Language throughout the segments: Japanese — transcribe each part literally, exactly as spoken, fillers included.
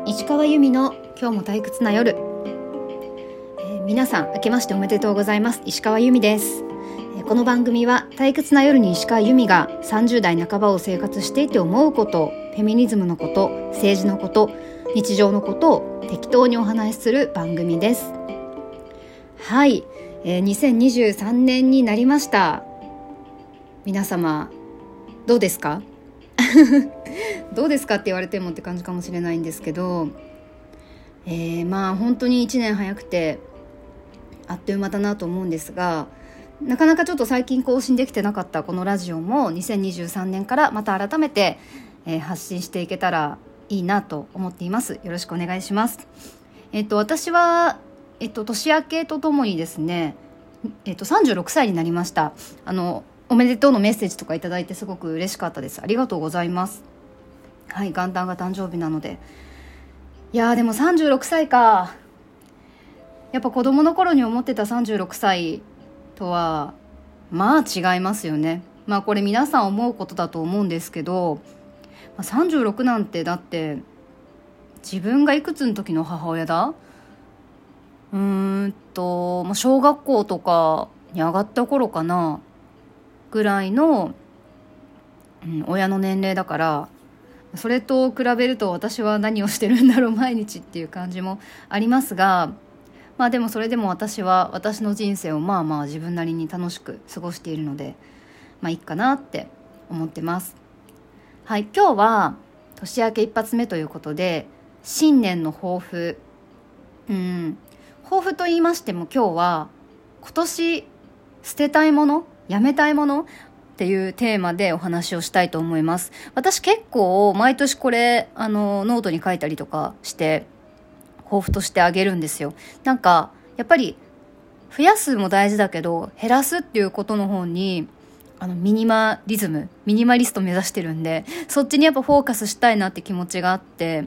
石川由美の今日も退屈な夜、えー、皆さん明けましておめでとうございます。石川由美です。えー、この番組は退屈な夜に石川由美がさんじゅう代半ばを生活していて思うこと、フェミニズムのこと、政治のこと、日常のことを適当にお話しする番組です。はい、えー、にせんにじゅうさんねんになりました。皆様どうですかどうですかって言われてもって感じかもしれないんですけど、えー、まあ本当にいちねん早くてあっという間だなと思うんですが、なかなかちょっと最近更新できてなかったこのラジオもにせんにじゅうさんねんからまた改めて、えー、発信していけたらいいなと思っています。よろしくお願いします。えっと私は、えっと、年明けとともにですね、えっと、さんじゅうろくさいになりました。あのおめでとうのメッセージとかいただいてすごく嬉しかったです。ありがとうございます。はい、元旦が誕生日なので。いやーでもさんじゅうろくさいか。やっぱ子供の頃に思ってたさんじゅうろくさいとはまあ違いますよね。まあこれ皆さん思うことだと思うんですけど、さんじゅうろくなんてだって自分がいくつの時の母親だうーんと小学校とかに上がった頃かなぐらいの、うん、親の年齢だから、それと比べると私は何をしてるんだろう毎日っていう感じもありますが、まあでもそれでも私は私の人生をまあまあ自分なりに楽しく過ごしているので、まあいいかなって思ってます。はい、今日は年明け一発目ということで新年の抱負、うん抱負と言いましても今日は今年捨てたいもの、やめたいものっていうテーマでお話をしたいと思います。私結構毎年これあのノートに書いたりとかして抱負としてあげるんですよ。なんかやっぱり増やすも大事だけど減らすっていうことの方にあのミニマリズムミニマリスト目指してるんで、そっちにやっぱフォーカスしたいなって気持ちがあって、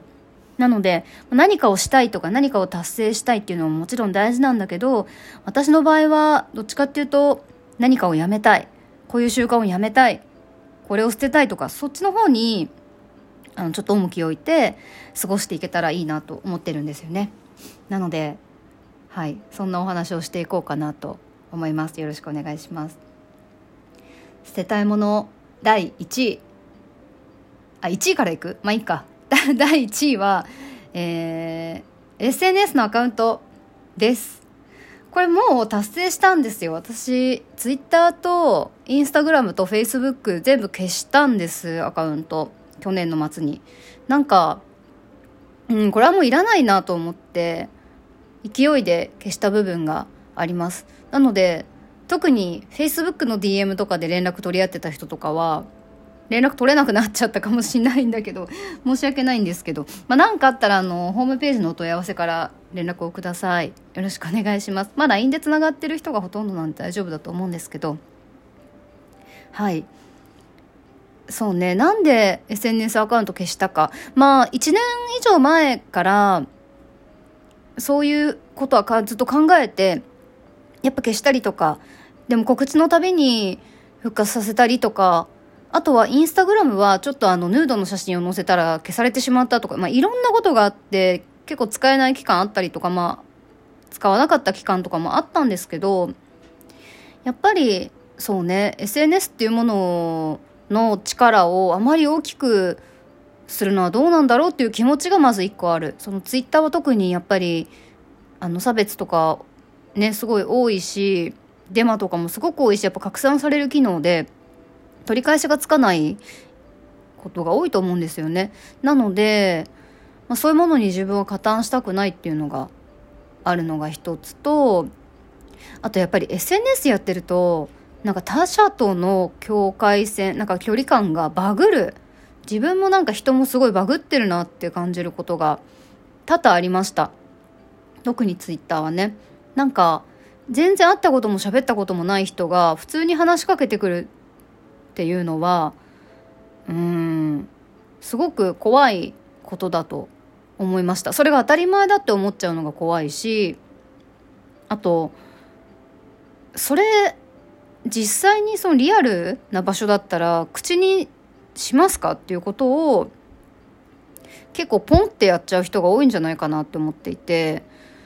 なので何かをしたいとか何かを達成したいっていうのももちろん大事なんだけど、私の場合はどっちかっていうと何かをやめたい、こういう習慣をやめたい、これを捨てたいとか、そっちの方にあのちょっと重きを置いて過ごしていけたらいいなと思ってるんですよね。なのではいそんなお話をしていこうかなと思います。よろしくお願いします。捨てたいものだいいちい、あいちいからいくまあいいかだいいちいは、えー、エスエヌエス のアカウントです。これもう達成したんですよ。私ツイッターとインスタグラムとフェイスブック全部消したんです。アカウント去年の末に。なんか、うん、これはもういらないなと思って勢いで消した部分があります。なので特にフェイスブックの ディーエム とかで連絡取り合ってた人とかは連絡取れなくなっちゃったかもしれないんだけど申し訳ないんですけど、まあ、なんかあったらあのホームページのお問い合わせから連絡をください。よろしくお願いします。まあ ライン でつながってる人がほとんどなんで大丈夫だと思うんですけど、はいそうね、なんで エスエヌエス アカウント消したか、まあいちねん以上前からそういうことはかずっと考えてやっぱ消したりとか、でも告知のたびに復活させたりとか、あとはインスタグラムはちょっとあのヌードの写真を載せたら消されてしまったとか、まあ、いろんなことがあって結構使えない期間あったりとか、まあ使わなかった期間とかもあったんですけど、やっぱりそうね エスエヌエス っていうものの力をあまり大きくするのはどうなんだろうっていう気持ちがまず一個ある。そのツイッターは特にやっぱりあの差別とかねすごい多いし、デマとかもすごく多いし、やっぱ拡散される機能で取り返しがつかないことが多いと思うんですよね。なので、まあ、そういうものに自分は加担したくないっていうのがあるのが一つと、あとやっぱり エスエヌエス やってるとなんか他者との境界線、なんか距離感がバグる、自分もなんか人もすごいバグってるなって感じることが多々ありました。特にツイッターはね、なんか全然会ったことも喋ったこともない人が普通に話しかけてくるっていうのはうーんすごく怖いことだと思いました。それが当たり前だって思っちゃうのが怖いし、あとそれ実際にそのリアルな場所だったら口にしますかっていうことを結構ポンってやっちゃう人が多いんじゃないかなって思っていて、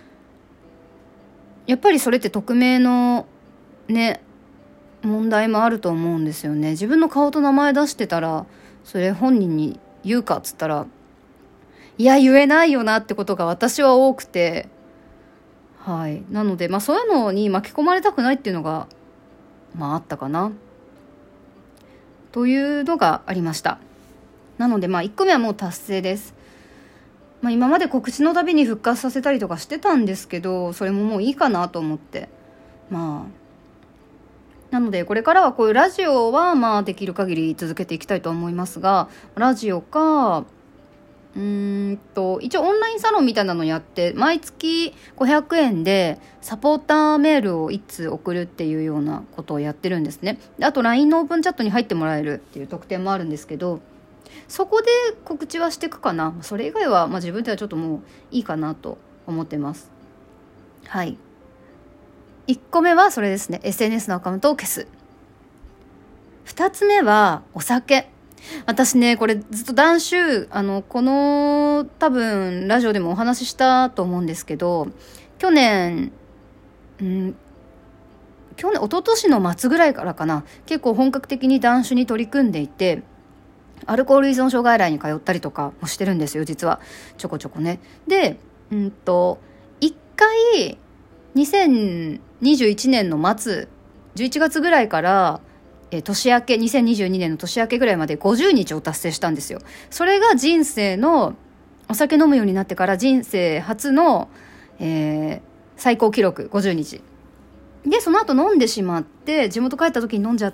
やっぱりそれって匿名のね問題もあると思うんですよね。自分の顔と名前出してたらそれ本人に言うかっつったら、いや言えないよなってことが私は多くて、はい、なので、まあ、そういうのに巻き込まれたくないっていうのが、まあ、あったかなというのがありました。なので、まあ、いっこめはもう達成です。まあ、今まで告知のたびに復活させたりとかしてたんですけど、それももういいかなと思って、まあなのでこれからはこういうラジオはまあできる限り続けていきたいと思いますが、ラジオかうーんと一応オンラインサロンみたいなのやって、毎月ごひゃくえんでサポーターメールをいっ通送るっていうようなことをやってるんですね。であと ライン のオープンチャットに入ってもらえるっていう特典もあるんですけど、そこで告知はしていくかな。それ以外はまあ自分ではちょっともういいかなと思ってます。はい、いっこめはそれですね。 エスエヌエス のアカウントを消す。ふたつめはお酒。私ねこれずっと断酒、あのこの多分ラジオでもお話ししたと思うんですけど、去年ん去年一昨年の末ぐらいからかな、結構本格的に断酒に取り組んでいて、アルコール依存症外来に通ったりとかもしてるんですよ、実はちょこちょこね。でうんといっかいにせんにじゅういちねんの末じゅういちがつぐらいからえ年明けにせんにじゅうにねんの年明けぐらいまでごじゅうにちを達成したんですよ。それが人生のお酒飲むようになってから人生初の、えー、最高記録ごじゅうにちで、その後飲んでしまって地元帰った時に飲んじゃって、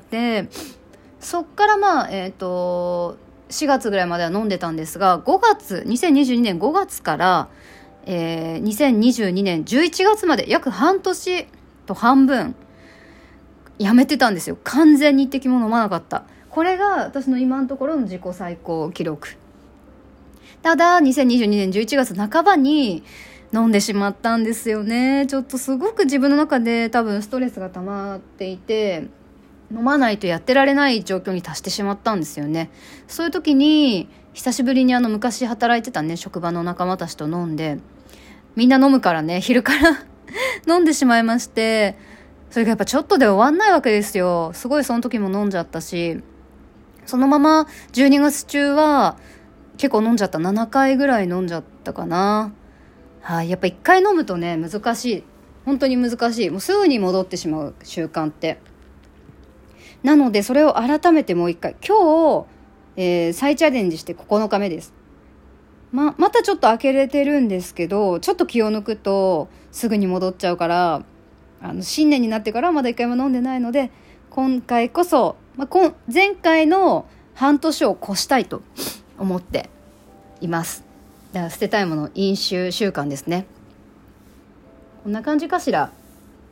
そっからまあえっとしがつぐらいまでは飲んでたんですが、ごがつにせんにじゅうにねんごがつから、えー、にせんにじゅうにねんじゅういちがつまで約半年と半分やめてたんですよ。完全に一滴も飲まなかった。これが私の今のところの自己最高記録。ただにせんにじゅうにねんじゅういちがつなかばに飲んでしまったんですよね。ちょっとすごく自分の中で多分ストレスが溜まっていて、飲まないとやってられない状況に達してしまったんですよね。そういう時に久しぶりにあの昔働いてたね職場の仲間たちと飲んで、みんな飲むからね昼から飲んでしまいまして、それがやっぱちょっとで終わんないわけですよ。すごいその時も飲んじゃったし、そのままじゅうにがつ中は結構飲んじゃった。ななかいぐらい飲んじゃったかな。はい、やっぱいっかい飲むとね難しい。本当に難しい。もうすぐに戻ってしまう習慣って。なのでそれを改めてもう一回今日、えー、再チャレンジしてここのかめです。ま, またちょっと開けれてるんですけど、ちょっと気を抜くとすぐに戻っちゃうから、あの新年になってからまだ一回も飲んでないので、今回こそ、まあ、今前回の半年を越したいと思っています。だから捨てたいもの飲酒習慣ですね。こんな感じかしら。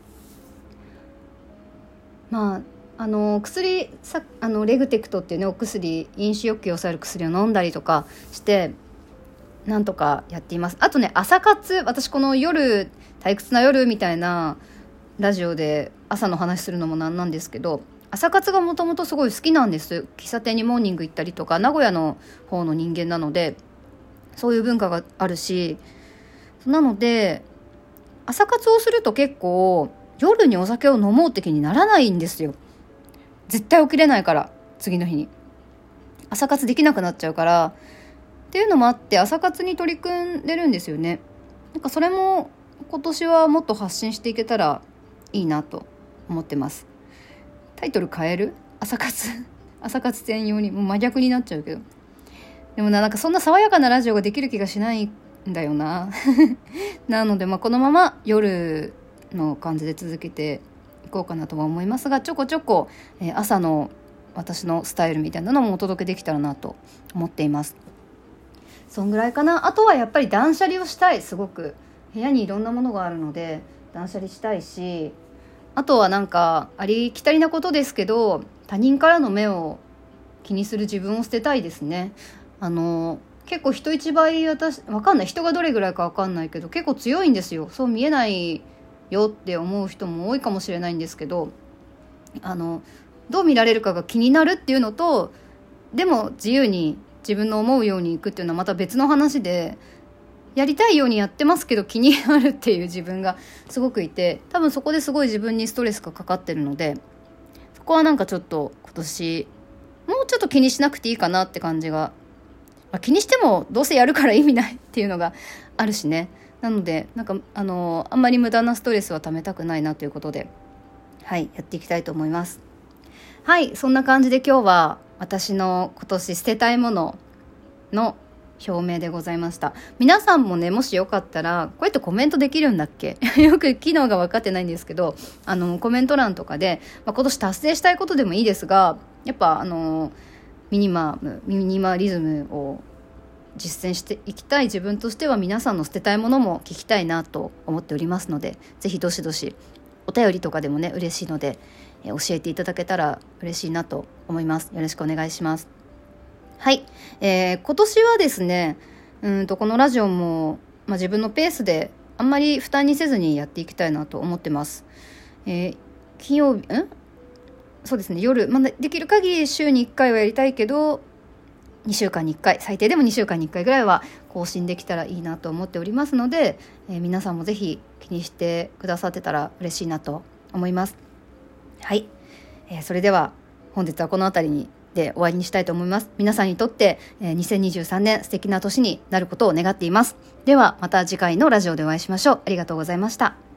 まああの薬さあのレグテクトっていうねお薬、飲酒欲求を抑える薬を飲んだりとかしてなんとかやっています。あとね朝活、私この夜退屈な夜みたいなラジオで朝の話するのもなんなんですけど、朝活がもともとすごい好きなんです。喫茶店にモーニング行ったりとか、名古屋の方の人間なのでそういう文化があるし、なので朝活をすると結構夜にお酒を飲もうって気にならないんですよ。絶対起きれないから、次の日に朝活できなくなっちゃうからっていうのもあって朝活に取り組んでるんですよね。なんかそれも今年はもっと発信していけたらいいなと思ってます。タイトル変える？朝活朝活専用にもう真逆になっちゃうけど、でもな、なんかそんな爽やかなラジオができる気がしないんだよななので、まあ、このまま夜の感じで続けていこうかなとは思いますが、ちょこちょこ、えー、朝の私のスタイルみたいなのもお届けできたらなと思っています。そんぐらいかな。あとはやっぱり断捨離をしたい。すごく部屋にいろんなものがあるので断捨離したいし、あとはなんかありきたりなことですけど、他人からの目を気にする自分を捨てたいですね。あの結構人一倍、私わかんない、人がどれぐらいかわかんないけど結構強いんですよ。そう見えないよって思う人も多いかもしれないんですけど、あのどう見られるかが気になるっていうのと、でも自由に自自分の思うようにいくっていうのはまた別の話で、やりたいようにやってますけど気になるっていう自分がすごくいて、多分そこですごい自分にストレスがかかってるので、そこはなんかちょっと今年もうちょっと気にしなくていいかなって感じが、まあ、気にしてもどうせやるから意味ないっていうのがあるしね。なのでなんかあのあんまり無駄なストレスはためたくないなということで、はいやっていきたいと思います。はい、そんな感じで今日は私の今年捨てたいものの表明でございました。皆さんもね、もしよかったらこうやってコメントできるんだっけよく機能が分かってないんですけど、あのコメント欄とかで、まあ、今年達成したいことでもいいですが、やっぱあのミニマムミニマリズムを実践していきたい自分としては、皆さんの捨てたいものも聞きたいなと思っておりますので、ぜひどしどしお便りとかでもね嬉しいので、え教えていただけたら嬉しいなと思います。よろしくお願いします。はい、えー、今年はですね、うんとこのラジオも、まあ、自分のペースであんまり負担にせずにやっていきたいなと思ってます。えー、金曜日んそうですね夜、まあ、できる限り週にいっかいはやりたいけど、にしゅうかんにいっかい、最低でもにしゅうかんにいっかいぐらいは更新できたらいいなと思っておりますので、えー、皆さんもぜひ気にしてくださってたら嬉しいなと思います。はい、えー、それでは本日はこのあたりにで終わりにしたいと思います。皆さんにとって、えー、にせんにじゅうさんねん素敵な年になることを願っています。ではまた次回のラジオでお会いしましょう。ありがとうございました。